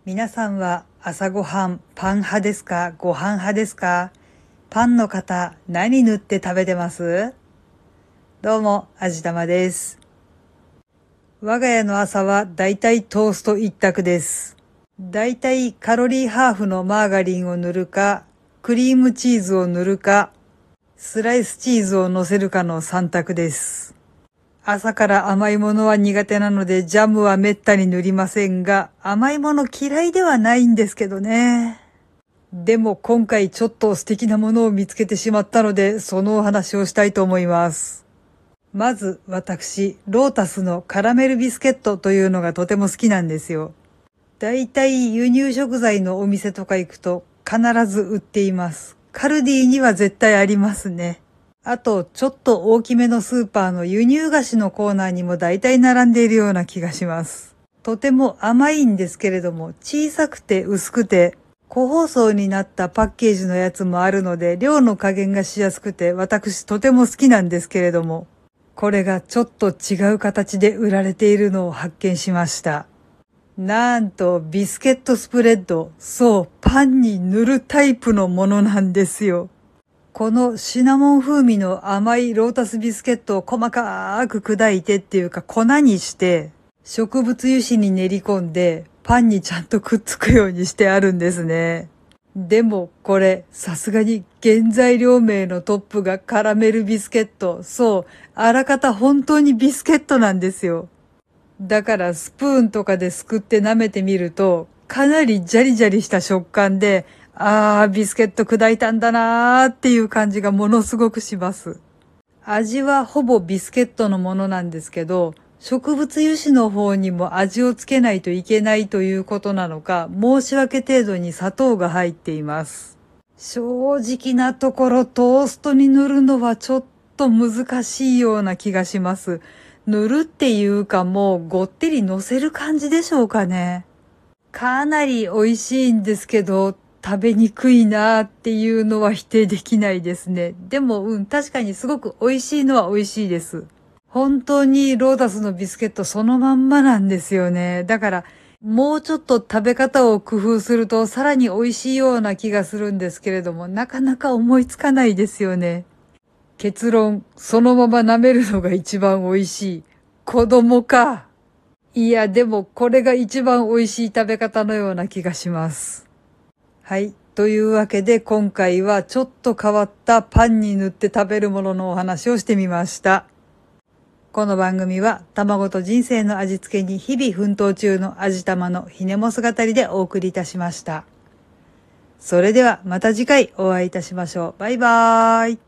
皆さんは朝ごはんパン派ですか？ご飯派ですか？パンの方、何塗って食べてます？どうも、あじたまです。我が家の朝はだいたいトースト一択です。だいたいカロリーハーフのマーガリンを塗るか、クリームチーズを塗るか、スライスチーズを乗せるかの3択です。朝から甘いものは苦手なのでジャムはめったに塗りませんが、甘いもの嫌いではないんですけどね。でも今回ちょっと素敵なものを見つけてしまったので、そのお話をしたいと思います。まず私、ロータスのカラメルビスケットというのがとても好きなんですよ。だいたい輸入食材のお店とか行くと必ず売っています。カルディには絶対ありますね。あと、ちょっと大きめのスーパーの輸入菓子のコーナーにも大体並んでいるような気がします。とても甘いんですけれども、小さくて薄くて、個包装になったパッケージのやつもあるので、量の加減がしやすくて、私とても好きなんですけれども、これがちょっと違う形で売られているのを発見しました。なんと、ビスケットスプレッド、そう、パンに塗るタイプのものなんですよ。このシナモン風味の甘いロータスビスケットを細かく砕いてっていうか粉にして植物油脂に練り込んでパンにちゃんとくっつくようにしてあるんですね。でもこれさすがに原材料名のトップがカラメルビスケット。そう、あらかた本当にビスケットなんですよ。だからスプーンとかですくって舐めてみるとかなりジャリジャリした食感で、ビスケット砕いたんだなーっていう感じがものすごくします。味はほぼビスケットのものなんですけど、植物油脂の方にも味をつけないといけないということなのか、申し訳程度に砂糖が入っています。正直なところトーストに塗るのはちょっと難しいような気がします。塗るっていうかもうごってり乗せる感じでしょうかね。かなり美味しいんですけど、食べにくいなっていうのは否定できないですね。でも、確かにすごく美味しいのは美味しいです。本当にロータスのビスケットそのまんまなんですよね。だから、もうちょっと食べ方を工夫するとさらに美味しいような気がするんですけれども、なかなか思いつかないですよね。結論、そのまま舐めるのが一番美味しい。子供か。いや、でもこれが一番美味しい食べ方のような気がします。はい。というわけで今回はちょっと変わったパンに塗って食べるもののお話をしてみました。この番組は卵と人生の味付けに日々奮闘中の味玉のひねもす語りでお送りいたしました。それではまた次回お会いいたしましょう。バイバーイ。